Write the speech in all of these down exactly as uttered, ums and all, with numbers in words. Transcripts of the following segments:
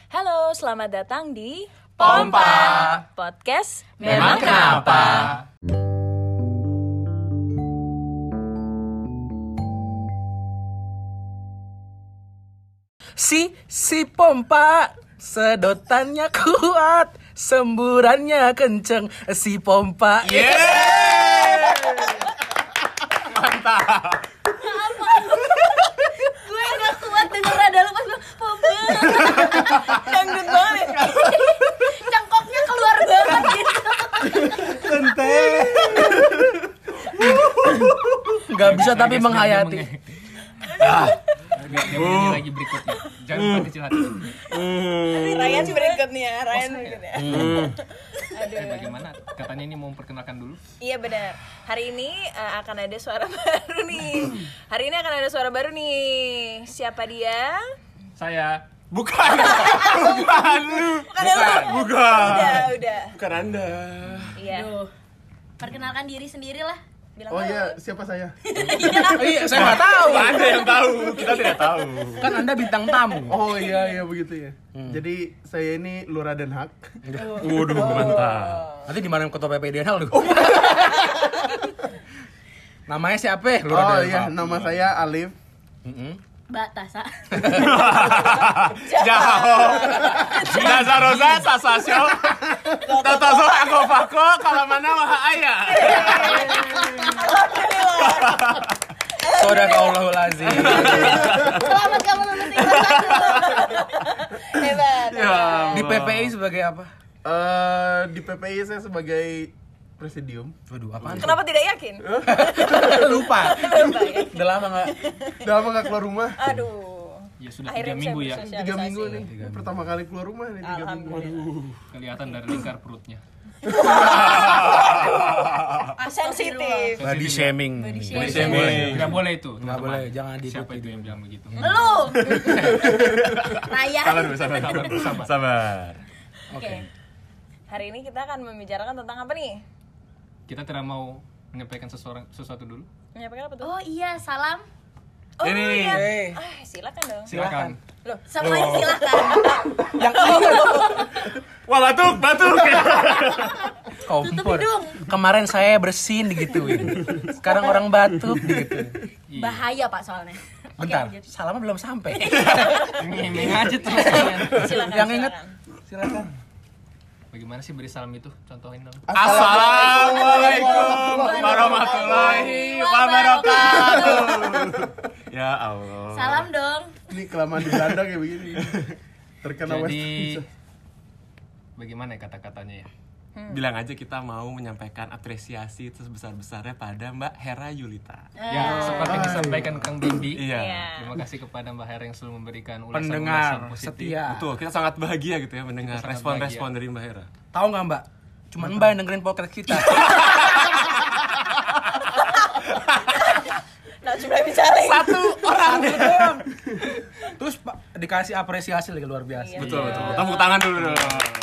Halo, selamat datang di Pompa Podcast Memang Kenapa. Si si pompa sedotannya kuat, semburannya kenceng. Si pompa. Yeah! Mantap. Gue gak kuat denger ada lu pas lu pompa. Dangdut banget. Cangkoknya keluar banget gitu. Kenteng. Gak bisa tapi menghayati. Gak begini lagi berikutnya. Jangan lupa kecil hati. Ryan berikutnya, Ryan berikutnya. Aduh. Bagaimana? Katanya ini mau memperkenalkan dulu. Iya benar. Hari ini uh, akan ada suara baru nih. Hari ini akan ada suara baru nih. Siapa dia? Saya. Bukan. Bukan. Bukan. Bukan. Bukan. Udah, udah. Bukan Anda. Iya. Perkenalkan diri sendiri lah. Bilang Oh dulu. iya, siapa saya? Oh iya, saya nggak tahu. Anda yang tahu, kita tidak tahu. Kan Anda bintang tamu. Oh iya, iya begitu ya. Jadi saya ini Lurah Den Haag. Waduh, mantap. Nanti di mana ketua P P D N L tuh? Namanya siapa? Lu Oh ada iya, apa? nama saya Alif. Mbak Tasa. Jauh. Nazarosa sasasyo. Tatoso aku fako kalau mana maha ayah. Sodaqallahul azim. Selamat kamu lulus tingkat satu. Hebat. Ya. Di P P I sebagai apa? Eh di P P I saya sebagai presidium. Waduh, apaan? Kenapa tidak yakin? Lupa. Lupa ya? Udah lama nggak? Udah lama nggak keluar rumah? Aduh. Ya sudah Akhirnya tiga minggu bisa ya. bersosialisasi. Tiga minggu nih. Ini pertama kali keluar rumah nih tiga minggu. Alhamdulillah. Kelihatan dari lingkar perutnya. Sensitif. Body shaming. Body Body shaming. shaming. Tidak boleh itu. Nggak teman-teman. boleh, jangan diikuti. Siapa itu yang bilang begitu? Lu. Raya. Sabar dulu, sabar. Sabar. Sabar. Oke. Hari ini kita akan membicarakan tentang apa nih? Kita tidak mau menyampaikan sesuatu, sesuatu dulu. Menyampaikan apa tuh? Oh iya, salam. Oh Ini. iya. Eh. Ah, silakan dong. Silakan. Loh, Semuanya silakan. Yang ini Wah, batuk, batuk. kompor. hidung. Kemarin saya bersin digituin. Sekarang orang batuk digituin. Bahaya Pak soalnya. Bentar, Oke, lanjut. salamnya belum sampai. Ngomong aja terus kalian. Silakan. Yang inget, silakan. silakan. Bagaimana sih beri salam itu? Contohin dong. Assalamualaikum warahmatullahi wabarakatuh. Ya Allah. Salam dong. Ini kelamaan di Belanda kayak begini. Terkena Jadi West. bagaimana ya kata-katanya ya? Bilang aja kita mau menyampaikan apresiasi sebesar-besarnya pada Mbak Hera Yulita. Ya, seperti disampaikan Kang Bindi. Iya. Iya. Terima kasih kepada Mbak Hera yang selalu memberikan Pendengar ulasan-ulasan positif. setia. Betul, kita sangat bahagia gitu ya mendengar Sangat respon-respon dari Mbak Hera. Tahu nggak Mbak? Cuma Mbak yang dengerin podcast kita. Nah, sudah bicara. Satu orang doang. Terus Pak dikasih apresiasi lagi luar biasa. Iya. Betul, betul. Tepuk tangan dulu dong.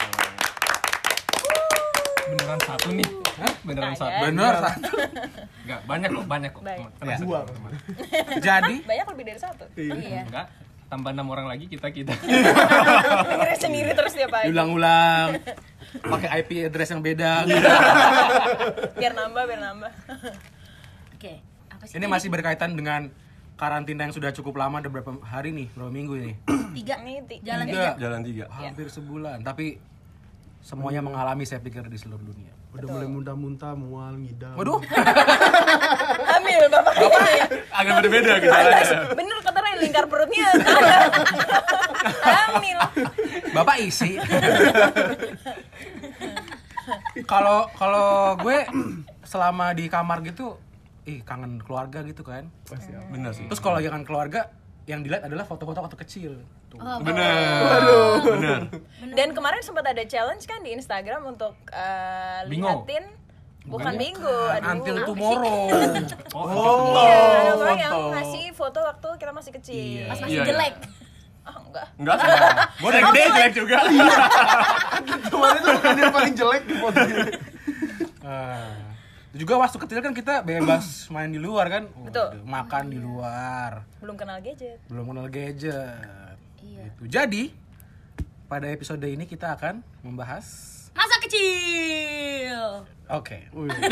Beneran satu nih. Hah? Beneran Nah, satu. ya. Bener satu. Enggak, banyak kok, banyak kok. Baik. Tenang, Dua. teman-teman. Jadi Banyak lebih dari satu. Iya. Enggak, tambah enam orang lagi kita kita. Dengerin sendiri terus tiap hari. ulang-ulang pakai I P address yang beda. Biar nambah, biar nambah. Oke. Apa sih? Ini masih berkaitan dengan karantina yang sudah cukup lama, ada berapa hari nih, berapa minggu ini? tiga. Ini ti- Jalan Tiga. tiga. Jalan tiga. Hampir sebulan, tapi semuanya mengalami saya pikir di seluruh dunia. Udah mulai muntah-muntah, mual, ngidam. Waduh, hamil bapaknya. Agak berbeda gitu aja. Bener kata Ray, lingkar perutnya hamil. Bapak isi. Kalau kalau gue selama di kamar gitu, ih kangen keluarga gitu kan. Pasti ya. Benar sih. Terus kalau lagi kangen keluarga, yang dilihat adalah foto-foto waktu kecil. Tuh. Oh, Benar. Benar. Dan kemarin sempat ada challenge kan di Instagram untuk uh, Bingo. liatin bukan bingo, aduh. Until apa sih? tomorrow. Oh, Iya, ada orang yang foto. ngasih foto waktu kita masih kecil. Pas masih Iya, iya. jelek. Ah, enggak. Enggak sih. Gue dari gede jelek juga. Kemarin tuh bukan yang paling jelek di foto ini. Ah. Juga waktu kecil kan kita bebas main di luar kan. Betul. Waduh, makan di luar. Belum kenal gadget. Belum kenal gadget. Iya. Gitu. Jadi pada episode ini kita akan membahas Masa kecil. Oke.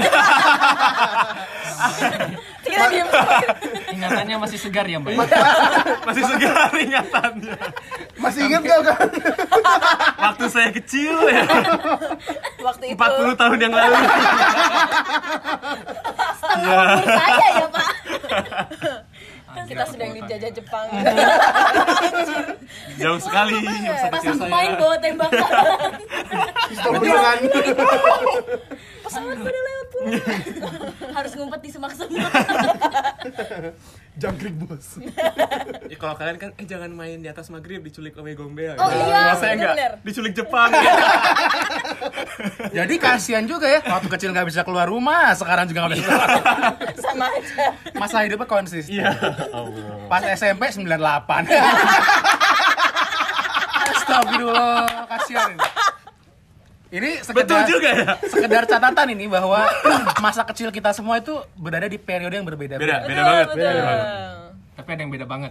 Kita diam. Ingatannya masih segar ya, Mbak? Masih segar ingatannya. Masih ingat gak kan? Waktu saya kecil ya, Waktu itu empat puluh tahun yang lalu. Setengah umur saya ya, Pak. kita sedang dijajah Jepang. Jauh sekali masa Pas kecil aku saya. main bawa tembakan. Tongkrongan. Pesawat pada lewat pun. Harus ngumpet di semak-semak. Jangkrik bos. Ya, kalau kalian kan eh jangan main di atas maghrib diculik Ome Gombel. Oh iya, saya itu enggak bener. diculik Jepang. Jadi kasihan juga ya, waktu kecil nggak bisa keluar rumah, sekarang juga nggak bisa keluar. Sama aja. Masa hidupnya konsisten. Iya. Allah. Pas S M P sembilan puluh delapan. Astagfirullah, kasihan ini. Ini Betul sekedar, juga ya. sekedar catatan ini bahwa masa kecil kita semua itu berada di periode yang Beda, berbeda-beda. beda banget. Betul. Beda banget. Tapi ada yang beda banget.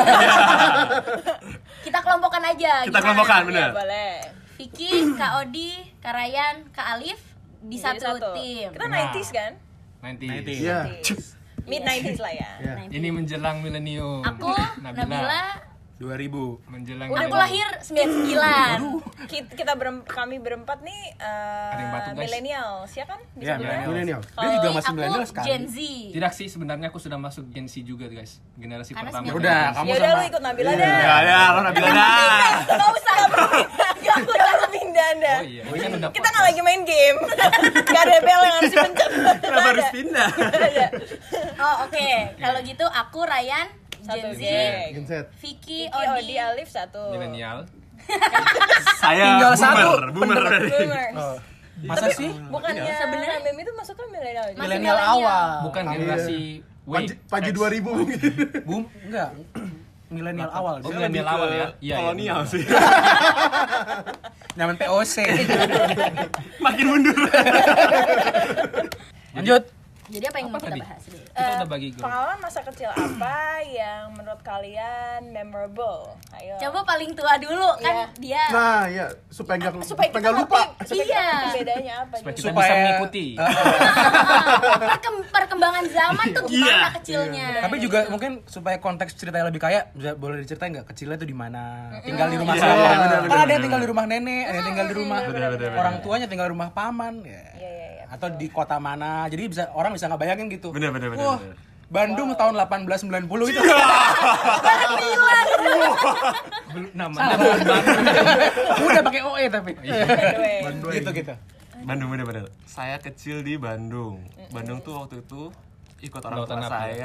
Kita kelompokan aja. Kita gimana? kelompokan, Ya, benar. boleh. Vicky, Kak Odi, Kak Ryan, Kak Alif di Jadi satu, tim. Kita nineties kan? Nanti. Iya. Mid nineties lah ya. Iya. Ini menjelang milenium. Aku, Nabila, dua ribu. Menjelang aku lahir sembilan puluh sembilan. Kita, kita berem, kami berempat nih Ada yang batuk, uh, guys. milenial. Siapa kan? Bisa Iya, bilang? Milenial. Dia juga masih Aku milenial sekali. Gen Z. Tidak sih, sebenarnya aku sudah masuk Gen Z juga guys. Generasi Karena pertama. sembilan Udah, Gen Z. kamu Ya udah sama. lu ikut Nabila Iya. dah. Ya, ya, lo Nabila dah. Gak usah, gak usah pindah anda. Oh iya, ini kan udah Kita nggak lagi main game. Gak ada bel yang harus dipencet. Kenapa harus pindah? Nah, Oh oke, kalau gitu aku Ryan, Gen Satu Z, geng. Genset. Vicky, Vicky, Odi, Odi, Alif satu. milenial. Saya Tinggal boomer, satu boomer dari. Boomers. Oh. Masa sih? Bukannya Sebenarnya- Mem itu masuknya milenial juga. Masih Milenial milenial. awal. Bukan generasi W. Panji, Panji X. dua ribu mungkin. Boom, enggak. Milenial awal. Oh, Dia milenial awal ya. Iya, iya, Kolonial benar. sih. Nyaman P O C. Makin mundur. Lanjut. Jadi apa yang mau Apa kita tadi? bahas nih? Kita Eh, udah bagi grup. Pengalaman masa kecil apa yang menurut kalian memorable? Ayo. Coba paling tua dulu kan dia. Nah, ya supaya nggak supaya kita nggak lupa. ngerti, supaya kita Iya. ngerti bedanya apa Supaya gitu. kita Supaya- bisa mengikuti. Perkem- perkembangan zaman tuh gimana Iya. kecilnya? Tapi juga mungkin supaya konteks ceritanya lebih kaya, bisa boleh diceritain nggak kecilnya tuh di mana? Tinggal di rumah Iya, siapa? iya, benar, Kan benar, ada yang benar. tinggal di rumah nenek, ada yang tinggal di rumah benar, benar, benar. orang tuanya, tinggal di rumah paman, ya. Iya, iya, iya. Atau di kota mana? Jadi bisa orang bisa nggak bayangin gitu. Benar, benar, benar, Wah, benar. Bandung tahun delapan belas sembilan puluh itu. Namanya bukan Bandung. Udah pakai O E tapi. Anyway. Gitu gitu. Bandung bener-bener. Saya kecil di Bandung. Bandung tuh waktu itu ikut orang tua Lautan api. saya.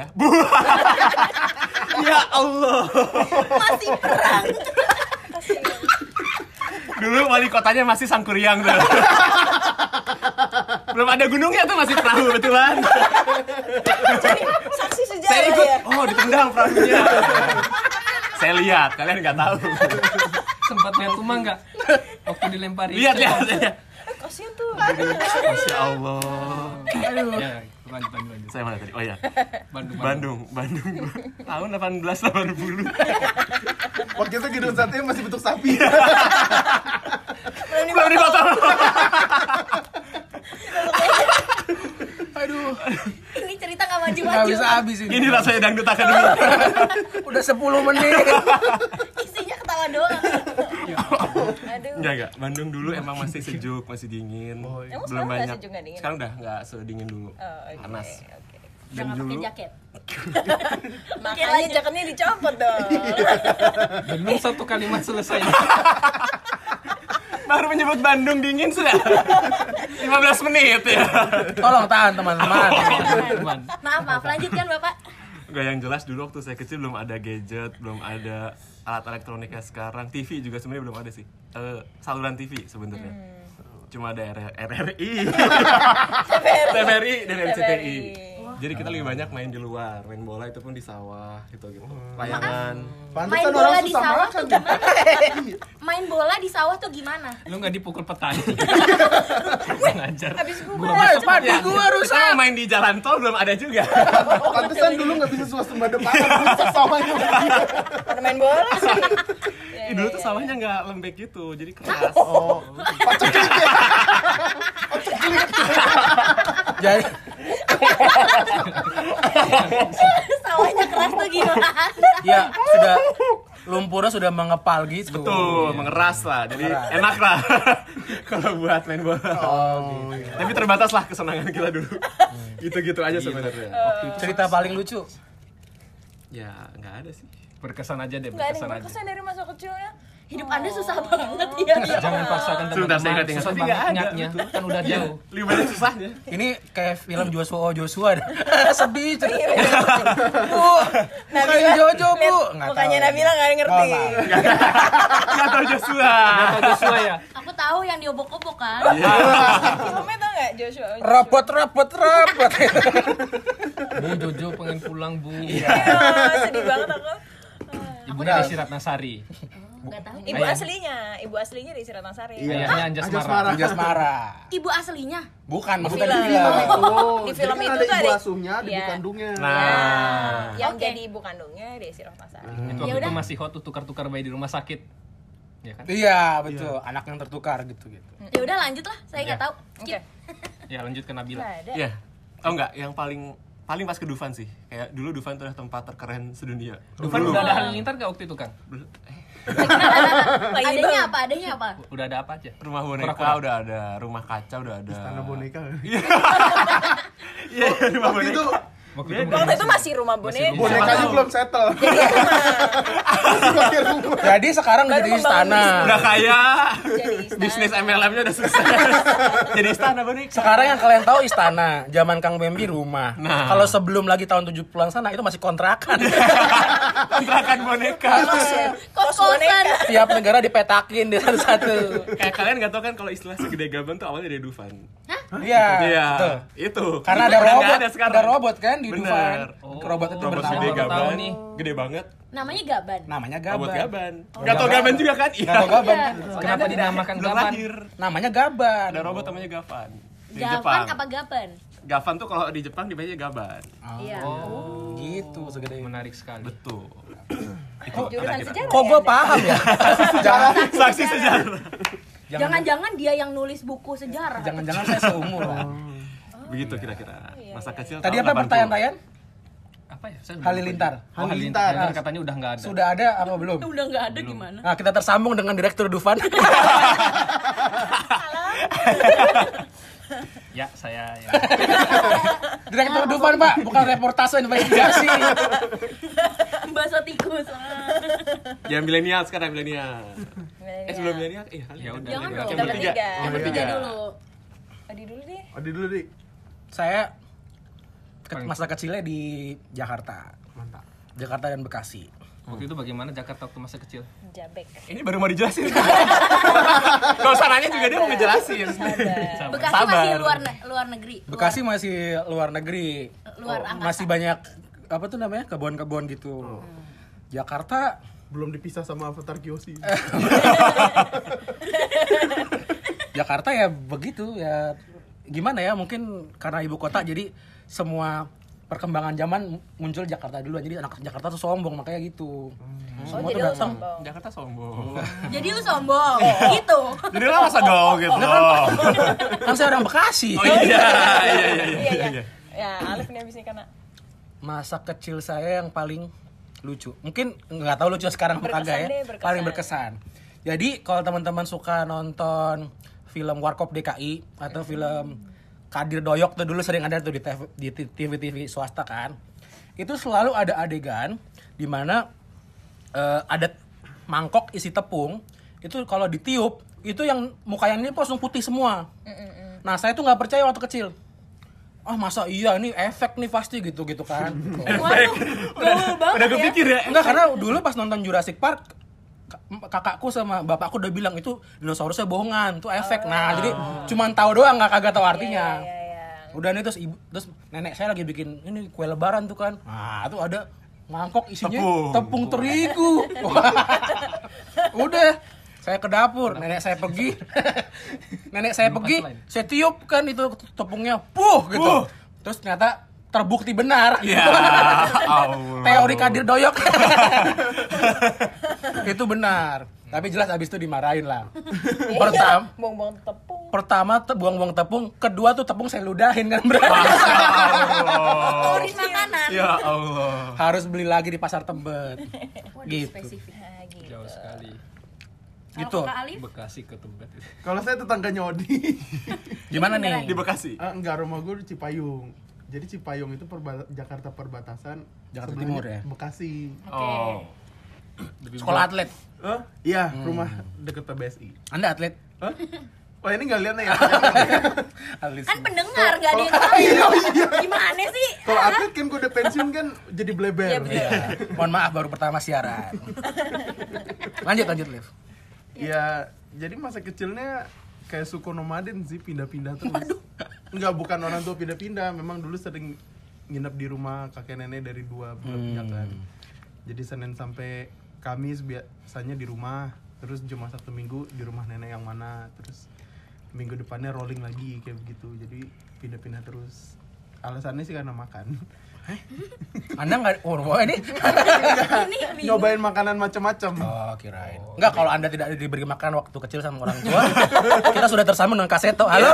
Ya Allah. Masih perang. Dulu wali kotanya masih Sangkuriang tuh. Belum ada gunungnya tuh, masih perahu betulan. Saksi sejarah Saya ikut, ya. oh ditendang perahunya. Saya lihat, kalian nggak tahu. Sempat lihat rumah nggak? Waktu dilempari. Lihat, lihat, lihat. Eh, kasihan tuh. Masya Allah. Ya, lanjut, lanjut, lanjut. Saya mana tadi? Oh ya, Bandung. Bandung, Bandung. Tahun delapan belas delapan puluh. Waktu itu gedung sate masih bentuk sapi. Belum dipotong. Aduh, Ini cerita nggak nggak maju-maju. bisa habis ini. Ini rasanya dangdut akademi. Udah sepuluh menit. Isinya ketawa doang. Aduh. Enggak, enggak. Bandung dulu emang masih sejuk, masih dingin. Emang Belum sekarang nggak banyak. sejuk, nggak dingin? Sekarang udah nggak sedingin dulu. Oh, oke, Panas. oke. Udah nggak pakai jaket. Makanya jaketnya dicopot dong. Belum satu kalimat selesai. Baru menyebut Bandung dingin sudah lima belas menit ya. Tolong tahan teman-teman. Teman. Maaf maaf lanjutkan bapak. Enggak, yang jelas dulu waktu saya kecil belum ada gadget, belum ada alat elektronik kayak sekarang. T V juga sebenarnya belum ada sih. Eh, saluran T V sebenarnya. Cuma ada R R I, T V R I dan R C T I. Jadi kita lebih banyak main di luar, main bola itu pun di sawah gitu gitu. Layangan. Main Pantesan bola orang di susah sawah makan. tuh gimana? Main bola di sawah tuh gimana? Lu nggak dipukul petani. Kurang ajar. Habis gua Woi, padi gua Kita rusak. mau main di jalan tol belum ada juga. Pantesan dulu nggak bisa swasembada pangan, rusak sawahnya. pada main bola sih. Itu dulu tuh sawahnya nggak lembek gitu, jadi keras. Oh, paceklik ya. Jadi Sawahnya keras tuh gimana? ya sudah lumpurnya sudah mengepal gitu. Betul, mengeras lah, jadi Mengeras. enak lah kalau buat main bola. Oh, Tapi terbatas lah kesenangan kita dulu. Gitu-gitu aja sebenarnya. Cerita paling lucu. Ya nggak ada sih. Berkesan aja deh, Nggak ada berkesan yang aja. berkesan dari masa kecilnya. Hidup Anda susah banget ya. Jangan paksakan Sebentar, saya teman-teman, ingat-ingat. susah Tapi banget nggak ada. ingatnya, kan udah jauh. Lebih banyak susahnya. Ini kayak film Joshua oh Joshua dah. Sedih cerita. Bu, bukannya Jojo, Bu. Nggak Mukanya tahu. Nabila nggak ngerti. Oh, nggak. Nggak tahu Joshua. Atau Joshua ya? Aku tahu yang diobok-obok kan. Filmnya tau nggak Joshua? Rapot, rapot, rapot. Bu Jojo pengen pulang, Bu. Iya, sedih banget aku. Ibu dari Ratnasari. Enggak tahu. Ibu Ayah. aslinya, ibu aslinya di Ratnasari. Iya. Ayahnya Anjas Anjas Mara. Mara. Anjas Mara. Ibu aslinya. Bukan, Di maksudnya di film. film. Oh, Di jadi film kan itu ada tuh ibu ada- asuhnya, ada ibu Iya. kandungnya. Nah, Yang Oke. jadi ibu kandungnya Desi Ratnasari. Itu Ya waktu itu udah. masih hot tuh tukar-tukar bayi di rumah sakit. Ya kan? Iya, betul. Anak yang tertukar gitu-gitu. Ya udah lanjut lah, saya nggak Ya. tahu. Oke. Ya lanjut ke Nabila. Nggak ada. iya. Oh enggak, yang paling paling pas ke Dufan sih. Kayak dulu Dufan tuh udah tempat terkeren sedunia. Dufan udah ada halilintar gak waktu itu, Kang? Lagi Adanya bang. apa? Adanya apa? Udah ada apa aja? Rumah boneka Kura-kura. udah ada, rumah kaca udah ada. Istana boneka. Iya, iya, rumah Waktu boneka. itu Waktu Beda. itu Waktu itu masih rumah boneka. bonekanya belum settle. Pakai rumah. Jadi sekarang Baru jadi membangun istana. Udah kaya. Jadi istana. Bisnis M L M-nya udah sukses. Jadi istana boneka. Sekarang yang kalian tahu istana, zaman Kang Bambi rumah. Nah. Kalau sebelum lagi tahun tujuh puluhan sana itu masih kontrakan. Kontrakan boneka. Kos-kosan. Tiap negara dipetakin di satu-satu. Kayak kalian nggak tahu kan kalau istilah segede gaban tuh awalnya dari Dufan. Iya. Iya, betul. itu. Karena ada Udah nggak robot, ada sekarang. ada robot kan di Bener. Dufan. Oh, Robot itu Robot bernama gede baru tahu gaban. nih. Gede banget. Namanya Gaban. namanya Gaban. Robot gaban. Oh, Nggak tau Gaban. gaban juga kan? Iya. Nggak tahu Gaban Iya. kan? Kenapa dinamakan Belum Gaban? lahir. Namanya Gaban. Ada robot namanya Gavan. Di Gavan Jepang. apa Gaban? Gavan tuh kalau di Jepang dibacanya Gaban. Oh, Iya. gitu segede. Menarik sekali. Betul. Jurusan sejarah. Kok ya, gue Anda? paham ya? Jangan, Saksi sejarah. Jangan-jangan dia yang nulis buku sejarah. jangan-jangan saya seumur. lah. Begitu kira-kira. Masa kecil Tadi tahun apa delapan puluh. pertanyaan-tanyaan? Apa ya? Saya Halilintar. Oh, Halilintar. Halilintar. Kan katanya udah nggak ada. Sudah ada apa belum? Udah nggak ada gimana? Nah, kita tersambung dengan Direktur Dufan. Ya, saya ya. Direktur Dufan, Pak, bukan reportase investigasi. Bakso tikus. Ya milenial sekarang milenial. Eh sebelum milenial, eh kali Ya ya. udah. Jangan berarti dong. Kita Yang bertiga. bertiga. Yang bertiga dulu. Adi dulu deh. Adi dulu, Dik. Saya ke- masa kecilnya di Jakarta. Mantap. Jakarta dan Bekasi. Waktu itu bagaimana Jakarta waktu masa kecil? Jabek. Ini baru mau dijelasin. Kalau sananya juga dia mau ngejelasin. Sabar. Bekasi Sabar. masih luar ne- luar negeri. Luar- Bekasi masih luar negeri. Luar Oh, angkasa. masih banyak apa tuh namanya? Kebun-kebun gitu. Jakarta Belum dipisah sama Avatar Kyoshi. Jakarta ya begitu ya, gimana ya, mungkin karena ibu kota jadi semua perkembangan zaman muncul Jakarta dulu, jadi anak Jakarta tuh sombong makanya gitu. Semua jadi tuh lu datang. sombong. Jakarta sombong. Jadi lu sombong. Gitu. Jadi lo masa dong gitu. Kan saya orang Bekasi. Oh iya, iya iya iya. Iya, iya. Ya, Alif nih abis ini karena Masa kecil saya yang paling lucu, mungkin nggak tahu lucu sekarang apa Berkesan kagak ya, deh, berkesan. paling berkesan. Jadi kalau teman-teman suka nonton film Warkop D K I atau film Kadir Doyok tuh dulu sering ada tuh di T V T V swasta kan, itu selalu ada adegan di mana eh, ada mangkok isi tepung, itu kalau ditiup itu yang mukanya ini langsung putih semua. Nah saya tuh nggak percaya waktu kecil. Ah masa iya ini efek nih pasti gitu gitu kan. waduh, gaul banget Udah ya. kepikir ya. Enggak, karena dulu pas nonton Jurassic Park kak- kakakku sama bapakku udah bilang itu dinosaurusnya bohongan, itu efek. Nah, jadi cuman tahu doang, nggak kagak tahu artinya. Iya, iya. Udah nih terus ibu terus nenek saya lagi bikin ini kue lebaran tuh kan. Nah, tuh ada mangkok isinya Tepung. tepung terigu. Wah. Udah saya ke dapur, nenek saya pergi. Nenek saya pergi, saya tiup kan itu tepungnya, puh gitu. Puh. Terus ternyata terbukti benar. Ya Allah. Teori Kadir Doyok. Itu benar. Tapi jelas abis itu dimarahin lah. Pertama, Buang-buang tepung. pertama te- buang-buang tepung, kedua tuh tepung saya ludahin kan berarti. Urin makanan. Ya Allah. Harus beli lagi di pasar Tebet. Gitu. Spesifik. Nah, gitu. Jauh sekali. Gitu. Kalau Kak Alif, Bekasi ke Tebet. Kalau saya tetangganya Odi. Gimana nih? Di Bekasi. Ah, enggak, rumah gue di Cipayung. Jadi Cipayung itu perba- Jakarta perbatasan. Jakarta sebelahnya Timur ya? Bekasi. Oh. Sekolah atlet. Oh, iya, rumah deket P B S I. Anda atlet? Hah? Wah, ini nggak lihat nih ya. Atlet. kan pendengar gak ada yang tahu. Gimana sih? Kalau atlet kan gue udah pensiun kan jadi bleber. Iya. Mohon maaf baru pertama siaran. Lanjut lanjut Liv. Ya, jadi masa kecilnya kayak suku nomaden sih, pindah-pindah terus. Enggak, bukan orang tua pindah-pindah, memang dulu sering nginep di rumah kakek nenek dari dua belah pihak kan. Jadi Senin sampai Kamis biasanya di rumah, terus Jumat Sabtu Minggu di rumah nenek yang mana, terus minggu depannya rolling lagi kayak begitu. Jadi pindah-pindah terus. Alasannya sih karena makan. Anda nggak, oh ini? Nyobain makanan macam-macam. Oh kirain. Enggak, kalau Anda tidak diberi makan waktu kecil sama orang tua, kita sudah tersambung dengan Kaseto. Halo.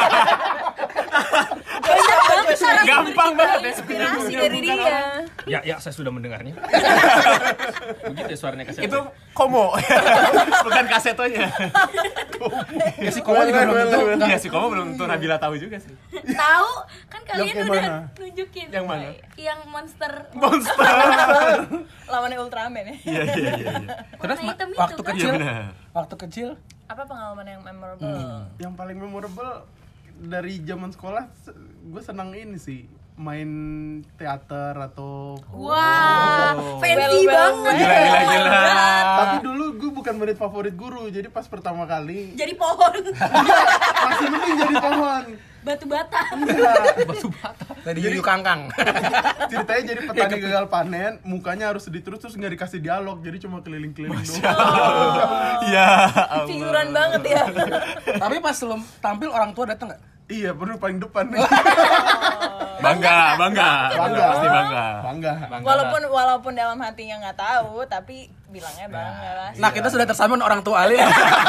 Gampang banget ya. Inspirasi dari dia. Ya, ya saya sudah mendengarnya. Begitu ya suaranya kasih. Itu Komo. Bukan kasetonya. Ya si Komo juga belum tentu. Iya sih, Komo belum tentu Nabila tahu juga sih. Tahu kan kalian Yang kayak udah mana? nunjukin. Yang mana? Yang monster. Monster. Lawannya Ultraman ya. Iya iya iya. Terus Warna ma- hitam itu, waktu kan? kecil, Iya benar. waktu kecil, Apa pengalaman yang memorable? Hmm. Yang paling memorable dari zaman sekolah, gue senang ini sih, main teater atau Wah, fancy Well, well, banget. Gila gila gila. tapi dulu gue bukan murid favorit guru, jadi pas pertama kali Jadi pohon, masih mending jadi pohon. batu bata. tadi Yuyu Kangkang. Ceritanya jadi petani gagal panen, mukanya harus sedih terus terus nggak dikasih dialog, jadi cuma keliling-keliling doang. Ya Allah. Figuran banget ya. Tapi pas sebelum tampil orang tua datang nggak? Iya, baru paling depan. Bangga, bangga. Bangga. Pasti bangga. Bangga. Walaupun walaupun dalam hatinya nggak tahu, tapi bilangnya bangga lah. Nah kita sudah tersambung orang tua Ali.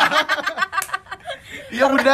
Iya udah.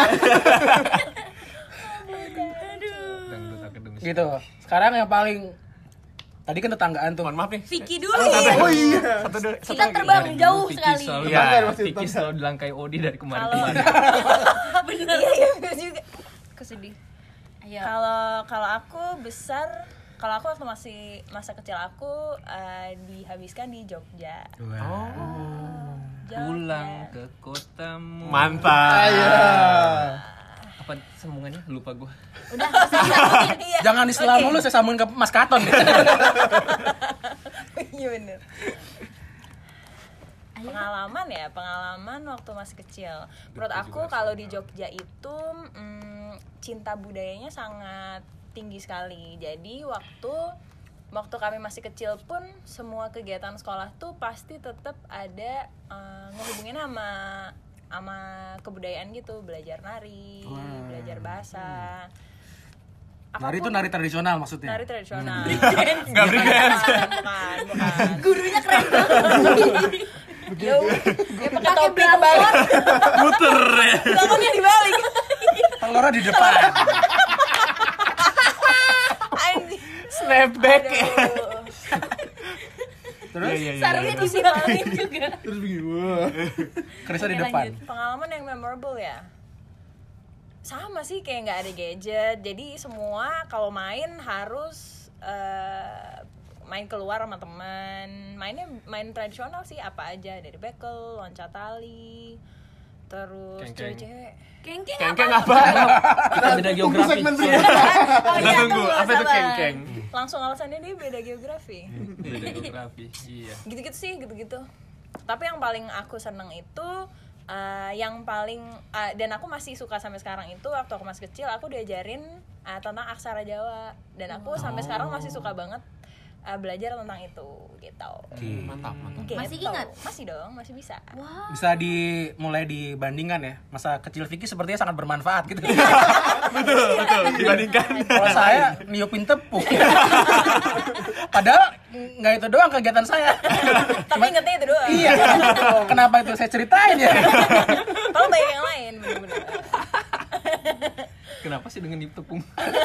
Dangdut akademis. Gitu. Sekarang yang paling tadi kan tetanggaan tuh. Mohon maaf nih. Vicky dulu. Oh iya. Satu dulu. Satu Kita lagi. terbang jauh Vicky sekali. selalu Iya. Bangga masih Vicky tetangga. selalu dilangkai Odi dari kemarin-kemarin. Bener. Iya, iya, gue juga. Kesedih. Ayo. Kalau kalau aku besar, kalau aku waktu masih masa kecil aku eh, dihabiskan di Jogja. Jogja. Pulang ke kotamu. Mantap. Apa sambungannya? Lupa gua. Udah, selesai. Iya. Jangan Islam dulu, saya sambungin ke Mas Katon. Iya bener. Pengalaman ya, pengalaman waktu masih kecil. Menurut aku kalau di Jogja itu mm, cinta budayanya sangat tinggi sekali. Jadi waktu waktu kami masih kecil pun semua kegiatan sekolah tuh pasti tetap ada uh, ngehubungin sama sama kebudayaan gitu, belajar nari, belajar bahasa. Nari itu nari tradisional maksudnya. Nari tradisional. Enggak berikan. Bukan, bukan. Gurunya keren banget. Ya, ya pakai topi kebalik. Muter ya. Belakangnya dibalik. Telurnya di depan. Anjing. Snapback. Aduh. Terus Iya, iya, iya, Sarungnya iya. disilangin juga. Terus begini, wah. Krisnya di Oke, depan. lanjut. Pengalaman yang memorable ya. Sama sih kayak nggak ada gadget. Jadi semua kalau main harus eh, main keluar sama teman. Mainnya main tradisional sih, apa aja, dari bekel, loncat tali, terus Kengkeng. cewek-cewek. Kengkeng Kengkeng apa? apa? Kita beda geografi. segmen berikutnya. Oh iya, Tunggu, tunggu, apa itu sabar. kengkeng? Langsung alasannya dia beda geografi. Beda geografi. Iya. Gitu-gitu sih, gitu-gitu. Tapi yang paling aku seneng itu uh, yang paling uh, dan aku masih suka sampai sekarang itu waktu aku masih kecil aku diajarin uh, tentang aksara Jawa dan aku sampai sekarang masih suka banget uh, belajar tentang itu gitu. Mantap, mantap. Gitu. Masih ingat? Masih dong, masih bisa. Wah. Bisa dimulai dibandingkan ya. Masa kecil Vicky sepertinya sangat bermanfaat gitu. Betul, betul. Dibandingkan. Kalau saya niupin tepung. Padahal nggak itu doang kegiatan saya. Tapi ingetnya itu doang. Iya. Kenapa itu saya ceritain ya? Kalau banyak yang lain bener-bener. Kenapa sih dengan niup tepung?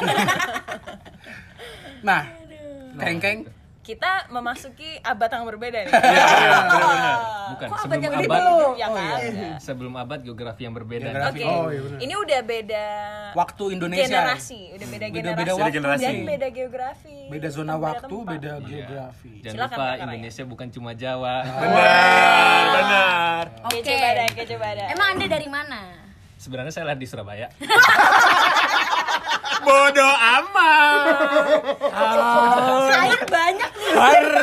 Nah, keng-keng. Kita memasuki abad yang berbeda nih. Bukan, Kok sebelum abad yang abad, Ya kan? sebelum abad geografi yang berbeda. Geografi. Oke. Oh, iya benar. Ini udah beda Waktu Indonesia. generasi, udah beda Beda- generasi. beda waktu. dan Generasi. beda geografi. Beda zona Beda waktu, tempat. beda geografi. Jangan Silakan, lupa Kak Raya. Indonesia bukan cuma Jawa. Benar, benar. Oke, Oke. coba dah, oke, coba dah. Emang Anda dari mana? Sebenarnya saya lahir di Surabaya. Bodoh amat. Air banyak nih.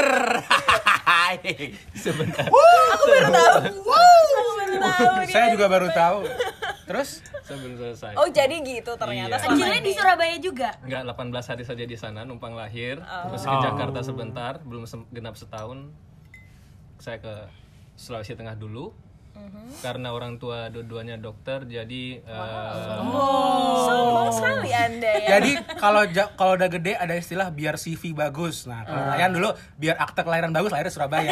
Sebentar. Aku baru tahu. Aku baru tahu. dia. Saya juga baru tahu. Terus Sebelum selesai. Oh, jadi gitu ternyata Iya. selama Kecilnya di ini. Surabaya juga. Enggak, delapan belas hari saja di sana numpang lahir. Oh. Terus ke Jakarta sebentar, belum se- genap setahun. Saya ke Sulawesi Tengah dulu. Karena orang tua dua-duanya dokter, jadi eh, Sombong sekali Anda ya. jadi kalau ja- kalau udah gede ada istilah biar C V bagus. Nah, kalau Ryan dulu biar akte kelahiran bagus lahirnya Surabaya.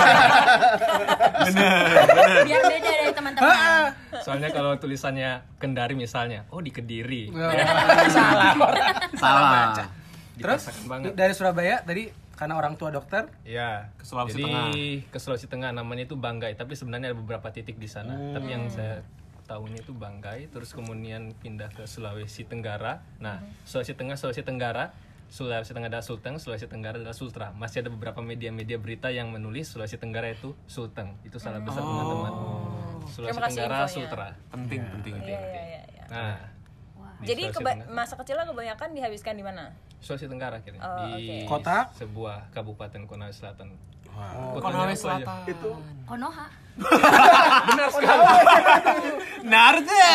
Biar beda dari teman-teman. soalnya kalau tulisannya Kendari misalnya, oh di Kediri. Salah. Salah. Terus Dipaksakan banget. dari Surabaya tadi karena orang tua dokter. Ya, Ke Sulawesi jadi Tengah. ke Sulawesi Tengah namanya itu Banggai, tapi sebenarnya ada beberapa titik di sana. Tapi yang saya tahunya itu Banggai, terus kemudian pindah ke Sulawesi Tenggara. Nah, Sulawesi Tengah, Sulawesi Tenggara, Sulawesi Tengah adalah Sulteng, Sulawesi Tenggara adalah Sultra. Masih ada beberapa media-media berita yang menulis Sulawesi Tenggara itu Sulteng. Itu salah besar teman-teman. Sulawesi Terima kasih Tenggara infonya. Sultra. Penting, penting, penting. Iya, iya, iya, iya. Nah, di Jadi Sulawesi keba- Tengah- masa kecilnya kebanyakan dihabiskan di mana? Sulawesi Tenggara akhirnya Oh, di oke. Kota? sebuah kabupaten Konawe Selatan. Konawe Kotanya apa aja? Selatan. Itu Konoha. Narda.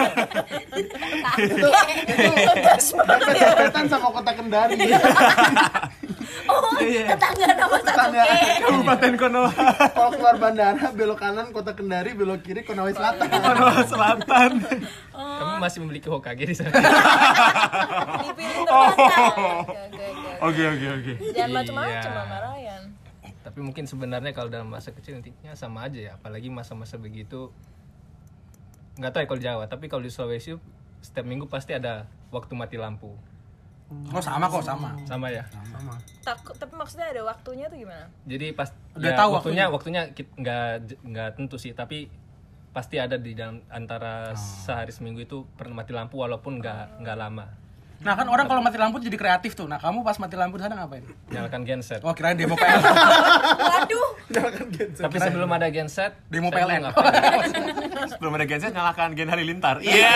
dekat sama kota Kendari. Oh, tetangga nama Tetangga. Sasuke. Kabupaten Konoha. Kalau keluar bandara belok kanan kota Kendari, belok kiri Konawe Selatan. Konoha Selatan. Kami masih memiliki Hokage di sana. Dipilih terbatas. Oke, oke, oke. Oke, oke, oke. Jangan macam-macam Iya. sama Ryan. Tapi mungkin sebenarnya kalau dalam masa kecil intinya sama aja ya, apalagi masa-masa begitu. Nggak tahu ya kalau di Jawa, tapi kalau di Sulawesi setiap minggu pasti ada waktu mati lampu. Oh, sama kok, sama. Sama ya. Sama. Takut, tapi maksudnya ada waktunya tuh gimana? Jadi pas Udah ya, tahu waktunya waktunya kit- nggak nggak tentu sih, tapi pasti ada di dalam antara sehari seminggu itu pernah mati lampu walaupun nggak nggak lama. Nah, kan orang kalau mati lampu jadi kreatif tuh. Nah, kamu pas mati lampu di sana ngapain? Nyalakan genset. Oh, kirain demo P L N. Waduh. Tapi sebelum ada genset, Demo saya P L N. belum ngapain. Sebelum ada genset nyalakan Gen Halilintar. Iya.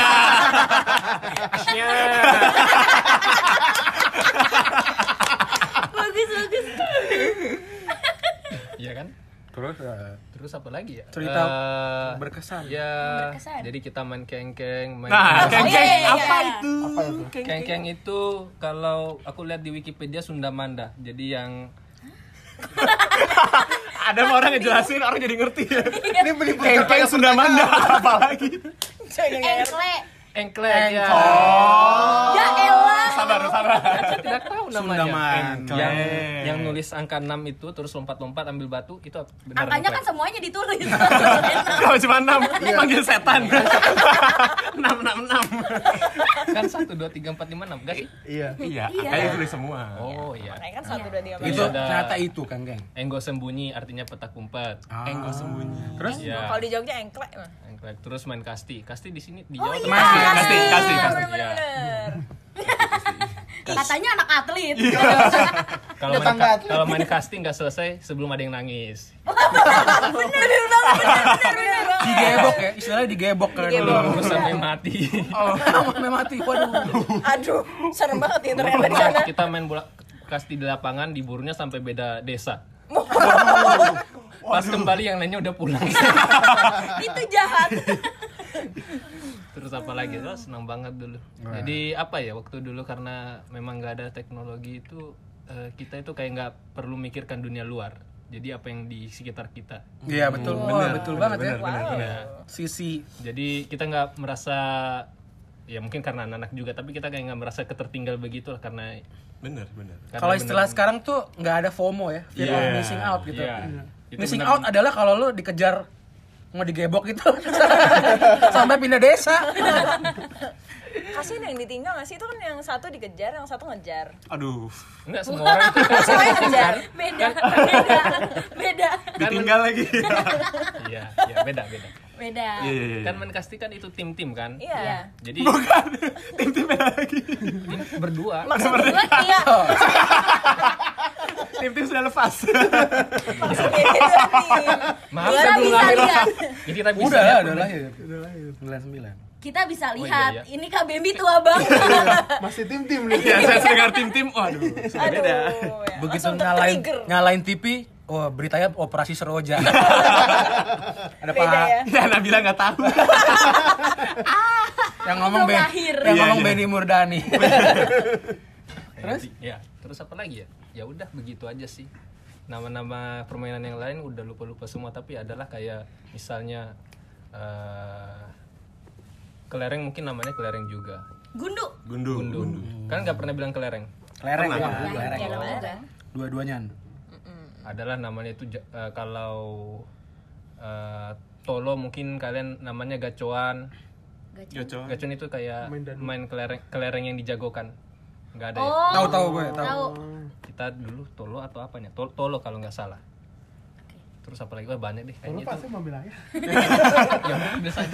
Bagus, bagus. Iya kan? Terus eh, Terus apa lagi ya? Cerita Eh, berkesan. Ya, Berkesan. jadi kita main kengkeng, main Nah, Oh, keng iya, iya, iya. apa itu? Apa itu? kengkeng itu kalau aku lihat di Wikipedia Sunda Manda. Jadi yang Ada orang ngejelasin, orang jadi ngerti. Ini beli keng Sunda Manda apalagi. Engkle. engklek ya. Ya elah. Sabar, sabar. Saya tidak tahu namanya. Sunda Manda. Yang yang nulis angka enam itu terus lompat-lompat ambil batu itu benar. Angkanya kan engklek. semuanya ditulis. Kalau cuma enam, panggil setan. enam, enam, enam. Kan satu dua tiga empat lima enam, enggak sih? Iya. Iya, kayaknya tulis semua. Oh iya. Makanya kan satu dua tiga itu Iya, ada- ternyata itu kan, geng. Enggo sembunyi artinya petak umpet. Enggo sembunyi. Terus Ya. Kalau di Jogja engklek mah. Engklek. Terus main kasti. Kasti di sini di Oh Jawa iya. tempat- Masih, Kasti, kasti, Bener, kasti. bener, Iya. bener. Katanya anak atlet. Kalau main, Tetangga. ka- kalau main kasti nggak selesai sebelum ada yang nangis. digebok ya, istilahnya digebok kan. Terus sampai mati. Oh, sampai mati. Waduh. Aduh, serem banget ya ternyata di Pernah sana. kita main bola kasti di lapangan, diburunya sampai beda desa. Pas kembali yang lainnya udah pulang. Itu jahat. Terus apa lagi? Oh, senang banget dulu. Jadi apa ya waktu dulu karena memang nggak ada teknologi itu uh, kita itu kayak nggak perlu mikirkan dunia luar. Jadi apa yang di sekitar kita. Iya betul, Wow. bener, betul banget ya. bener, Wow. Nah, Sisi jadi kita nggak merasa, ya mungkin karena anak-anak juga, tapi kita kayak nggak merasa ketertinggal begitu lah karena. Bener, bener. karena kalau istilah bener- sekarang tuh nggak ada FOMO ya, fear of Iya. missing out gitu. Iya. Itu Missing bener- out adalah kalau lu dikejar mau digebok gitu sampai pindah desa. Kasian yang ditinggal nggak sih? Itu kan yang satu dikejar, yang satu ngejar. Aduh, Enggak semua orang. Semuanya ngejar. Beda, beda, beda, ditinggal lagi. Iya, iya beda beda. beda. Iya, iya, iya. Kan main kasti kan itu tim-tim kan. Iya. Jadi Bukan, tim-tim beda lagi. tim berdua. Maksud gue iya. Tim-tim sudah lepas. Maksudnya itu nih. Maaf Kita ya belum bisa lahir. lihat. Jadi kita bisa Udah, lihat. udah lahir. Udah lahir. sembilan puluh sembilan. Kita bisa iya, lihat. iya. Ini Kak Bambi tua banget. Masih tim-tim nih. Ya, saya dengar tim-tim, waduh, sudah Aduh. beda. Ya. Begitu Langsung nyalain tertrigger. nyalain T V, oh beritanya operasi Seroja. Ada Beda Pak ya. Ya, Nabila nggak tahu. yang ngomong Belum Ben, lahir. yang Iya, ngomong iya. Benny Murdani. Terus? Ya, terus apa lagi ya? Ya udah begitu aja sih. Nama-nama permainan yang lain udah lupa-lupa semua, tapi adalah kayak misalnya eh, kelereng, mungkin namanya kelereng juga. Gundu. Gundu, Gundu. gundu. Kan nggak pernah bilang kelereng. Kelereng Pernah, ya, pernah. kelereng. Ya, namanya juga. Dua-duanya. Adalah namanya itu ja- eh, kalau eh, tolo mungkin kalian namanya gacoan. Gacor. Gacoan itu kayak Main dadu. main kelereng kelereng yang dijagokan. Nggak ada ya. Oh. Tahu tahu gue, tahu. Tahu. Kita dulu tolo atau apanya? Tolo, tolo kalau nggak salah. Terus apa lagi? Wah, banyak deh Lu kayaknya itu. pasti mobil aja. Ya udah biasa aja.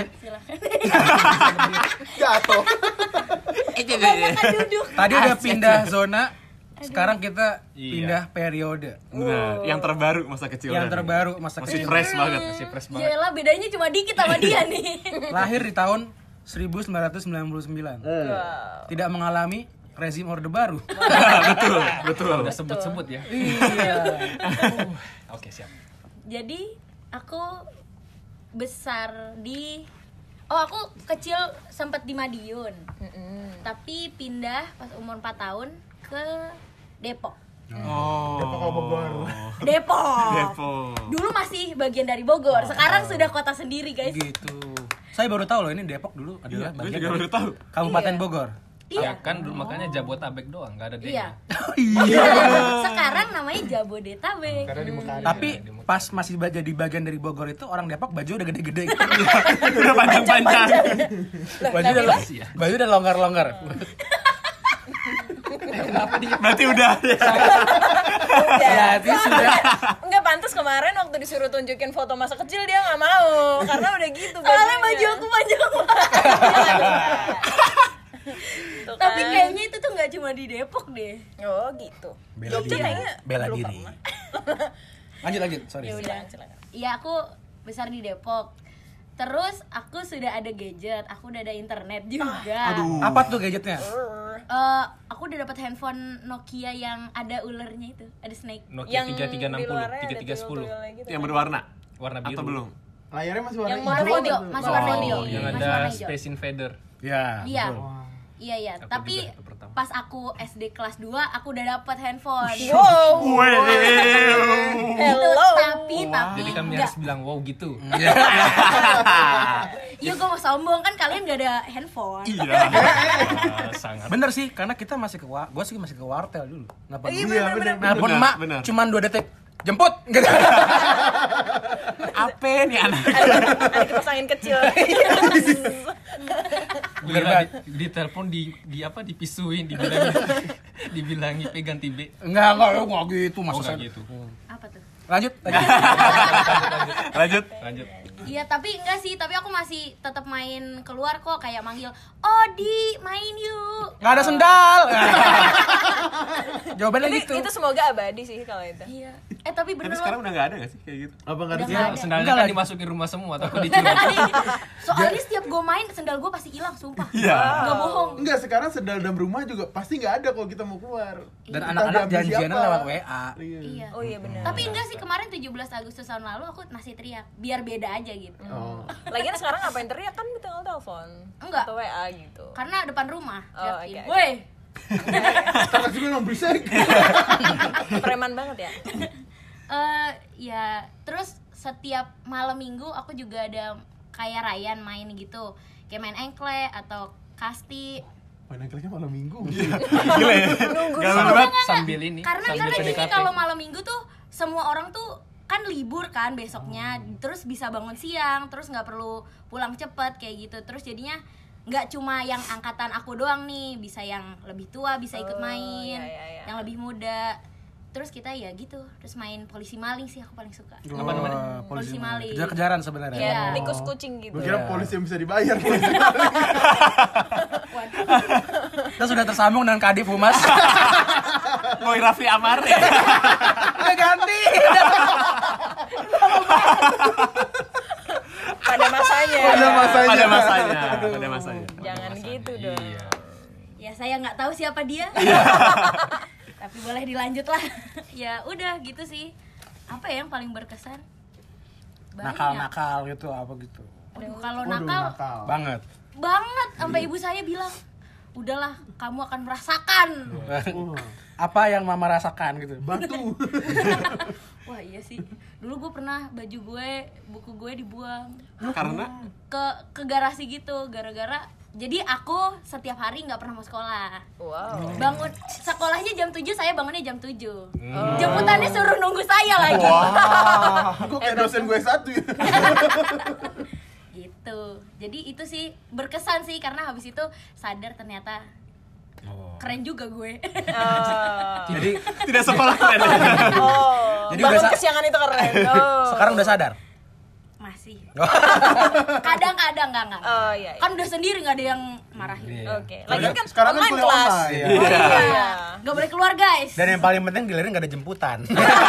Jatuh. Kebanyakan duduk. Tadi udah pindah zona, sekarang kita Iya. pindah periode. Nah, yang terbaru masa kecil. Yang tadi. terbaru masa Masih kecil. fresh banget. Masih fresh banget. Yaelah, bedanya cuma dikit sama dia nih. Lahir di tahun seribu sembilan ratus sembilan puluh sembilan. Wow. Tidak mengalami rezim Orde Baru. Betul, betul. Udah sebut-sebut ya. Iya. Oke, siap. Jadi aku besar di Oh, aku kecil sempat di Madiun. Tapi pindah pas umur empat tahun ke Depok. Oh. Depok apa Bogor? Depok. Depok. Dulu masih bagian dari Bogor. Sekarang sudah kota sendiri, guys. Gitu. Saya baru tahu loh ini Depok dulu adalah Gue bagian juga dari baru tahu. Kabupaten Iya. Bogor. Ya kan dulu makanya Jabotabek doang, nggak ada Iya. D-nya. Sekarang namanya Jabodetabek. Karena di Mekari. Tapi pas masih ba- jadi bagian dari Bogor itu orang Depok baju udah gede-gede. Udah panjang-panjang. baju udah baju udah longgar-longgar. Berarti udah ya. Ya, Berarti sudah. Enggak pantas kemarin waktu disuruh tunjukin foto masa kecil dia nggak mau karena udah gitu Soalnya bajunya. baju aku panjang banget. Tuh Tapi kan. kayaknya itu tuh nggak cuma di Depok deh. Oh gitu. Bela Jogja diri. kayaknya Bela belum diri. pernah. Lanjut lanjut, sorry. Ya udah. Silakan, silakan. Iya, aku besar di Depok. Terus aku sudah ada gadget, aku udah ada internet juga. Apa tuh gadgetnya? Eh, aku udah dapat handphone Nokia yang ada ulernya itu, ada snake. Nokia tiga tiga enam di nol, luarnya tiga ada tiga sepuluh. tuyul-tuyulnya gitu. Yang berwarna Warna biru. atau belum? Layarnya masih warna Yang hijau. warna Warna hijau, atau- masih warna hijau. Yang Masih ada warna hijau. Space Invader. Ya. Iya. betul. Iya, iya. Aku Tapi juga itu pertama. pas aku S D kelas dua, aku udah dapat handphone. Wow. Wow. Itu Hello. tapi tapi Jadi kami enggak. harus bilang wow gitu. Iya, gue mau sombong kan kalian gak ada handphone. Iya. Ah, sangat. Bener sih, karena kita masih ke wa- gua sih masih ke wartel dulu. Nelpon Iya, Iya, bener, bener, Nelpon bener. mak, Bener. cuman dua detik. Jemput. Gitu. Apa nih anak? Ada kipas angin kecil. Bener Gila, banget. di, di telepon di, di apa dipisuin, dibilangi dibilangi pegang tibe. Enggak, enggak, enggak gitu Oh, maksudnya. nggak gitu. Apa tuh? Lanjut, lanjut. Lanjut. Lanjut. Iya, tapi enggak sih, tapi aku masih tetap main keluar kok, kayak manggil, "Odi, main yuk." Enggak ada sendal. Jawabannya itu, gitu. itu semoga abadi sih kalau itu. Iya. Eh, tapi bener Tapi sekarang loh. udah nggak ada nggak sih kayak gitu? Apa nggak ada Udah sih? nggak ada. Sendalnya Enggak kan lagi. dimasukin rumah semua, takut dicuri. Soalnya setiap gue main, sendal gue pasti hilang, sumpah. Iya. Gak bohong. Enggak, sekarang sendal dalam rumah juga pasti nggak ada kalau kita mau keluar. Dan Entah anak-anak diambil janjiannya siapa. lewat W A. Iya. Iya. Oh iya benar. Tapi enggak sih, kemarin tujuh belas Agustus tahun lalu aku masih teriak, biar beda aja gitu. Oh. Lagian sekarang ngapain teriak kan tinggal telepon Enggak. atau W A gitu. Karena depan rumah. Oh, teriakin, oke, oke. "Woi, Takut juga dong berisik. Preman banget ya. Eh ya, terus setiap malam minggu aku juga ada kayak Ryan main gitu. Kayak main engkle atau kasti. Main angkelnya malam minggu. Gila ya. Gak banget. Sambil ini. Karena sambil karena P D gini K T. kalau malam minggu tuh semua orang tuh kan libur kan besoknya, terus bisa bangun siang, terus nggak perlu pulang cepet kayak gitu. Terus jadinya nggak cuma yang angkatan aku doang nih, bisa yang lebih tua bisa ikut Oh, main, iya, iya, iya. yang lebih muda. Terus kita ya gitu, terus main polisi maling sih aku paling suka. Apa namanya? Polisi maling. Kejar-kejaran sebenarnya. Iya. Tikus kucing gitu. Gue kira Iya. polisi yang bisa dibayar. Polisi. Kita sudah tersambung dengan Kadif Humas. Boy Raffi Amar ya. Udah ganti. Pada masanya. Pada masanya. Pada masanya. Pada masanya. Jangan gitu dong. Iya. Ya saya nggak tahu siapa dia. Tapi boleh dilanjut lah. Ya udah gitu sih. Apa ya yang paling berkesan? Banyak. Nakal-nakal gitu apa gitu. Aduh, kalau Waduh, nakal nakal. Banget. banget sampai ibu saya bilang, udahlah kamu akan merasakan. Apa yang mama rasakan gitu. Batu. Wah iya sih. Dulu gue pernah baju gue, buku gue dibuang Karena ke ke garasi gitu gara-gara. Jadi aku setiap hari nggak pernah mau sekolah. Wow. Bangun sekolahnya jam tujuh, saya bangunnya jam tujuh. Jemputannya suruh nunggu saya lagi. Gue kayak dosen gue satu ya. Gitu. Jadi itu sih berkesan sih karena habis itu sadar ternyata keren juga gue. Oh. Jadi tidak sekolah keren. Oh. Jadi Bangun udah sa- kesiangan itu keren. Oh. sekarang udah sadar. Masih. Kadang-kadang enggak enggak. Oh iya. iya. Kan udah sendiri nggak ada yang marahin. Iya. Oke. Lagian kan Sekarang kan online kuliah kelas. online. Iya. Oh, iya. Nggak boleh keluar guys. Dan yang paling penting di Lirin gak ada jemputan.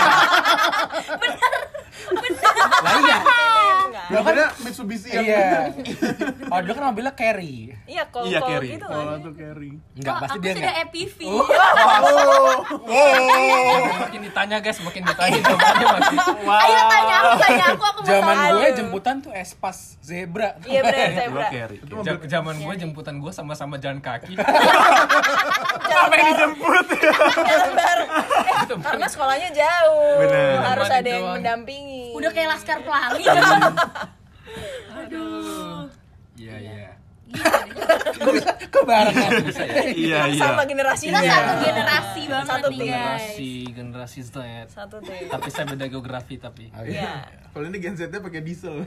Lah iya. Enggak. Mobilnya Mitsubishi yang Iya. Oh, dia kan mobilnya carry. Iya, kol Iya, kol Carry. gitu Oh, kan. tuh carry. Enggak, Oh, pasti aku dia sudah enggak. E P V. Makin ditanya guys, makin ditanya jawabannya masih. Ayo tanya aku, tanya aku, aku mau Zaman tahu. gue jemputan tuh Espas Zebra. Iya benar, saya Gua benar. carry. Ja- Zaman gue jemputan gue sama-sama jalan kaki. Apa yang dijemput? Karena sekolahnya jauh. Bener. Harus Tempat ada yang doang. mendampingi. Udah kayak Laskar Pelangi. Iya iya. Kebarengan. Bisa ya. Iya iya. Sama generasi Kita Iya. satu generasi banget Satu nih tim. guys. Generasi generasi Z. Satu tuh. Tapi saya beda geografi tapi. Iya. Kalau ini gensetnya pakai diesel.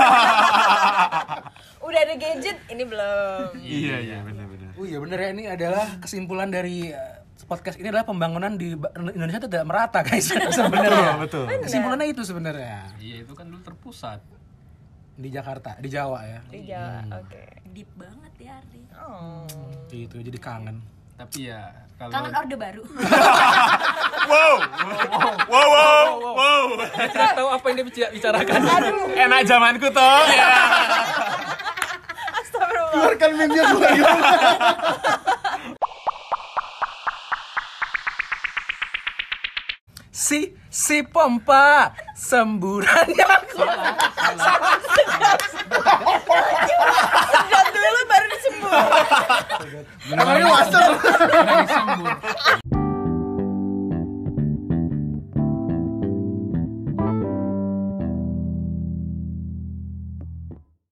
Udah ada gadget, ini belum. Iya iya benar-benar. Oh iya bener ya, ini adalah kesimpulan dari uh, podcast ini adalah pembangunan di Ba- Indonesia itu tidak merata guys sebenarnya. Betul. Kesimpulannya itu sebenarnya Iya itu kan dulu terpusat. di Jakarta, di Jawa ya. Di Jawa, oke. Deep banget ya Ardi. Oh. Itu jadi kangen. Tapi ya kalau Kangen Orde Baru. Wow. Wow wow wow. saya tidak tahu apa yang dia bicara- bicarakan. Enak zamanku toh. Ya. Astagfirullah. Keluarkan meme-nya keluar. Si si pompa semburannya Dan dulu baru disebut. Namanya Waster. Pernah disembur.